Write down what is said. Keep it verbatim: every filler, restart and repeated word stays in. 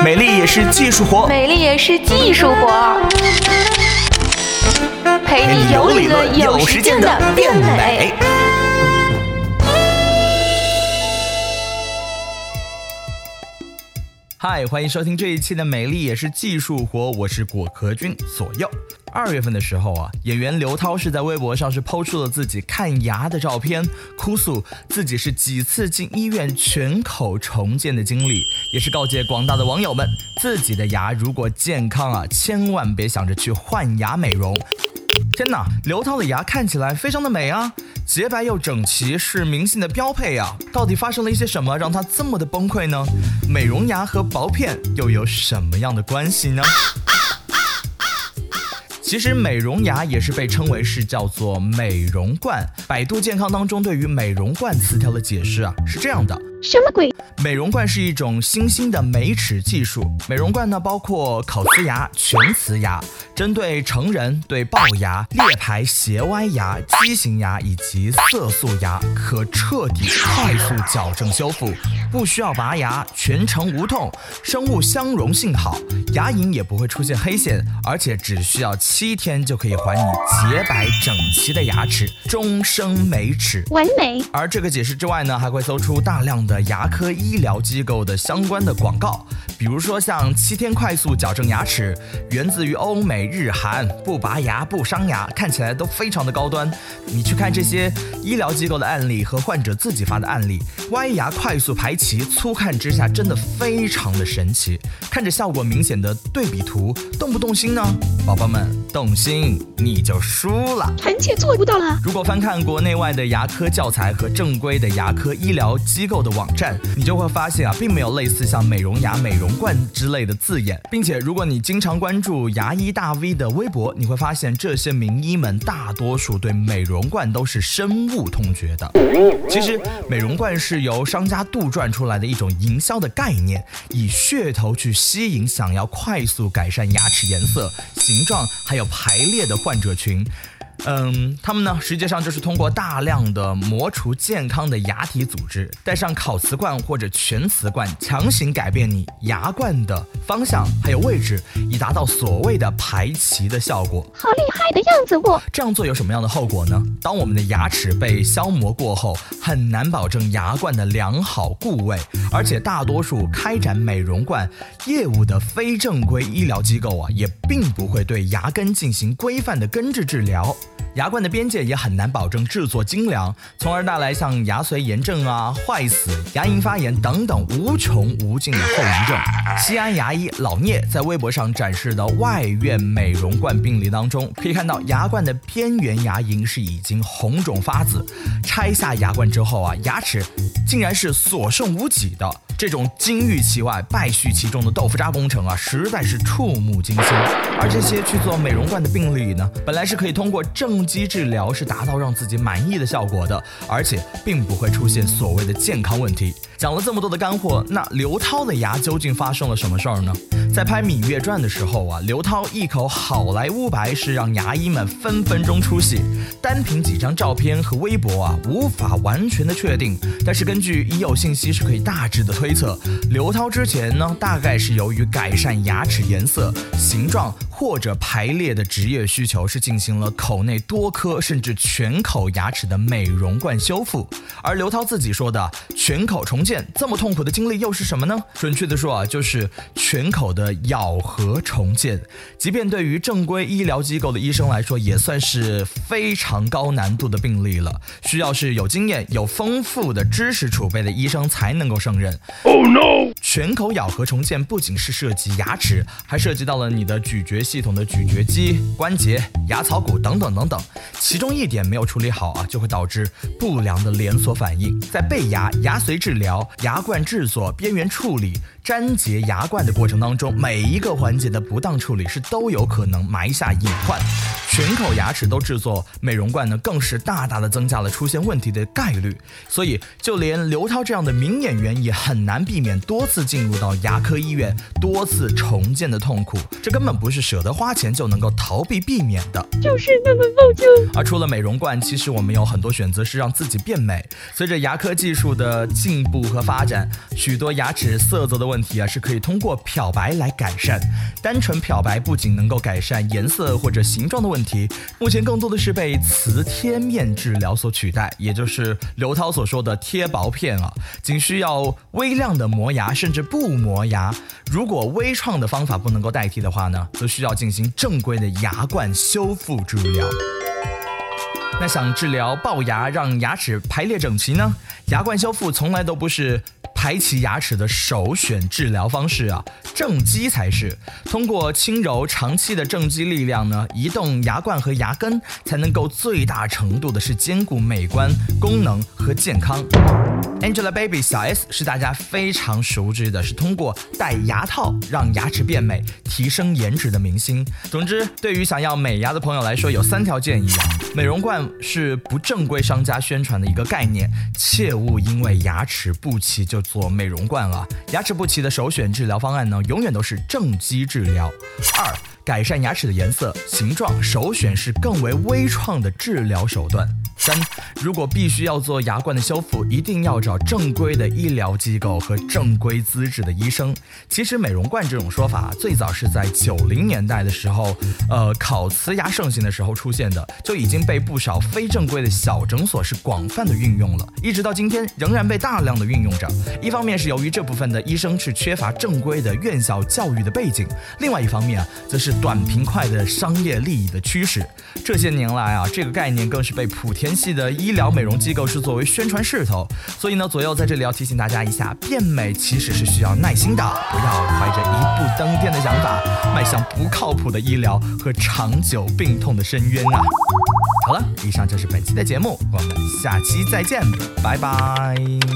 美丽也是技术活， 美丽也是技术活，陪你有理论有实践的变美。 嗨，欢迎收听这一期的美丽也是技术活，我是果壳君左右。二月份的时候啊，演员刘涛是在微博上是 po 出了自己看牙的照片，哭诉自己是几次进医院全口重建的经历，也是告诫广大的网友们，自己的牙如果健康啊，千万别想着去换牙美容。天哪，刘涛的牙看起来非常的美啊，洁白又整齐，是明星的标配啊！到底发生了一些什么让他这么的崩溃呢？美容牙和薄片又有什么样的关系呢？其实美容牙也是被称为是叫做美容冠。百度健康当中对于美容冠词条的解释啊是这样的： 什么鬼？ 美容冠是一种新兴的美齿技术。美容冠呢，包括口瓷牙、全瓷牙，针对成人、对龅牙、裂排、斜歪牙、畸形牙以及色素牙，可彻底快速矫正修复，不需要拔牙，全程无痛，生物相容性好，牙龈也不会出现黑线，而且只需要七天就可以还你洁白整齐的牙齿，终生美齿， 完美。 而这个解释之外呢，还会搜出大量的牙科医疗机构的相关的广告，比如说像七天快速矫正牙齿，源自于欧美日韩，不拔牙不伤牙，看起来都非常的高端。你去看这些医疗机构的案例和患者自己发的案例，歪牙快速排齐，粗看之下真的非常的神奇。看着效果明显的对比图，动不动心呢？宝宝们，动心你就输了， 臣妾做不到了。 如果翻看国内外的牙科教材和正规的牙科医疗机构的网站，你就会发现啊，并没有类似像美容牙、美容冠之类的字眼，并且如果你经常关注牙医大 V 的微博，你会发现这些名医们大多数对美容冠都是深恶痛绝的。其实美容冠是由商家杜撰出来的一种营销的概念，以噱头去吸引想要快速改善牙齿颜色、形状还有排列的患者群。嗯，他们呢实际上就是通过大量的磨除健康的牙体组织，带上烤瓷冠或者全瓷冠，强行改变你牙冠的方向还有位置，以达到所谓的排齐的效果。 好厉害的样子哦！ 这样做有什么样的后果呢？当我们的牙齿被消磨过后，很难保证牙冠的良好固位，而且大多数开展美容冠业务的非正规医疗机构啊，也并不会对牙根进行规范的根治治疗。牙冠的边界也很难保证制作精良，从而带来像牙髓炎症啊、坏死、牙龈发炎等等无穷无尽的后遗症。西安牙医老聂在微博上展示的外院美容冠病例当中，可以看到牙冠的边缘牙龈是已经红肿发紫，拆下牙冠之后啊，牙齿竟然是所剩无几的。这种金玉其外败絮其中的豆腐渣工程啊，实在是触目惊心。而这些去做美容冠的病例呢，本来是可以通过正畸治疗是达到让自己满意的效果的，而且并不会出现所谓的健康问题。讲了这么多的干货，那刘涛的牙究竟发生了什么事儿呢？在拍《芈月传》的时候啊，刘涛一口好莱坞白是让牙医们分分钟出戏。单凭几张照片和微博啊，无法完全的确定，但是根据已有信息是可以大致的推测，刘涛之前呢，大概是由于改善牙齿颜色、形状或者排列的职业需求，是进行了口内多颗甚至全口牙齿的美容冠修复。而刘涛自己说的全口重建这么痛苦的经历又是什么呢？准确的说啊，就是全口的咬合重建。即便对于正规医疗机构的医生来说，也算是非常高难度的病例了，需要是有经验、有丰富的知识储备的医生才能够胜任。Oh no！ 全口咬合重建不仅是涉及牙齿，还涉及到了你的咀嚼系统的咀嚼肌、关节、牙槽骨等等等等，其中一点没有处理好啊，就会导致不良的连锁反应。在备牙、牙髓治疗、牙冠制作、边缘处理、粘结牙冠的过程当中，每一个环节的不当处理是都有可能埋下隐患。 全口牙齿都制作美容冠呢，更是大大的增加了出现问题的概率。所以就连刘涛这样的名演员也很难避免多次进入到牙科医院，多次重建的痛苦，这根本不是舍得花钱就能够逃避避免的， 就是那么冒就。 而除了美容冠，其实我们有很多选择是让自己变美。随着牙科技术的进步和发展，许多牙齿色泽的问题啊是可以通过漂白来改善。单纯漂白不仅能够改善颜色或者形状的问题，目前更多的是被磁贴面治疗所取代，也就是刘涛所说的贴薄片啊，仅需要微量的磨牙，甚至不磨牙。如果微创的方法不能够代替的话呢，则需要进行正规的牙冠修复治疗。那想治疗龅牙，让牙齿排列整齐呢？牙冠修复从来都不是排齐牙齿的首选治疗方式啊，正畸才是。通过轻柔长期的正畸力量呢，移动牙冠和牙根，才能够最大程度的是兼顾美观、功能和健康。Angelababy 小 S 是大家非常熟知的，是通过戴牙套让牙齿变美、提升颜值的明星。总之，对于想要美牙的朋友来说，有三条建议啊。美容冠是不正规商家宣传的一个概念，切勿因为牙齿不齐就做美容冠啊。牙齿不齐的首选治疗方案呢，永远都是正畸治疗。二，改善牙齿的颜色、形状，首选是更为微创的治疗手段。三，如果必须要做牙冠的修复，一定要找正规的医疗机构和正规资质的医生。其实美容冠这种说法最早是在九零年代的时候，呃，烤瓷牙盛行的时候出现的，就已经被不少非正规的小诊所是广泛的运用了，一直到今天仍然被大量的运用着。一方面是由于这部分的医生是缺乏正规的院校教育的背景，另外一方面啊，则是短平快的商业利益的驱使。这些年来啊，这个概念更是被莆田系的医疗美容机构是作为宣传势头。所以呢，左右在这里要提醒大家一下，变美其实是需要耐心的，不要怀着一步登天的想法，迈向不靠谱的医疗和长久病痛的深渊啊。好了，以上就是本期的节目，我们下期再见，拜拜。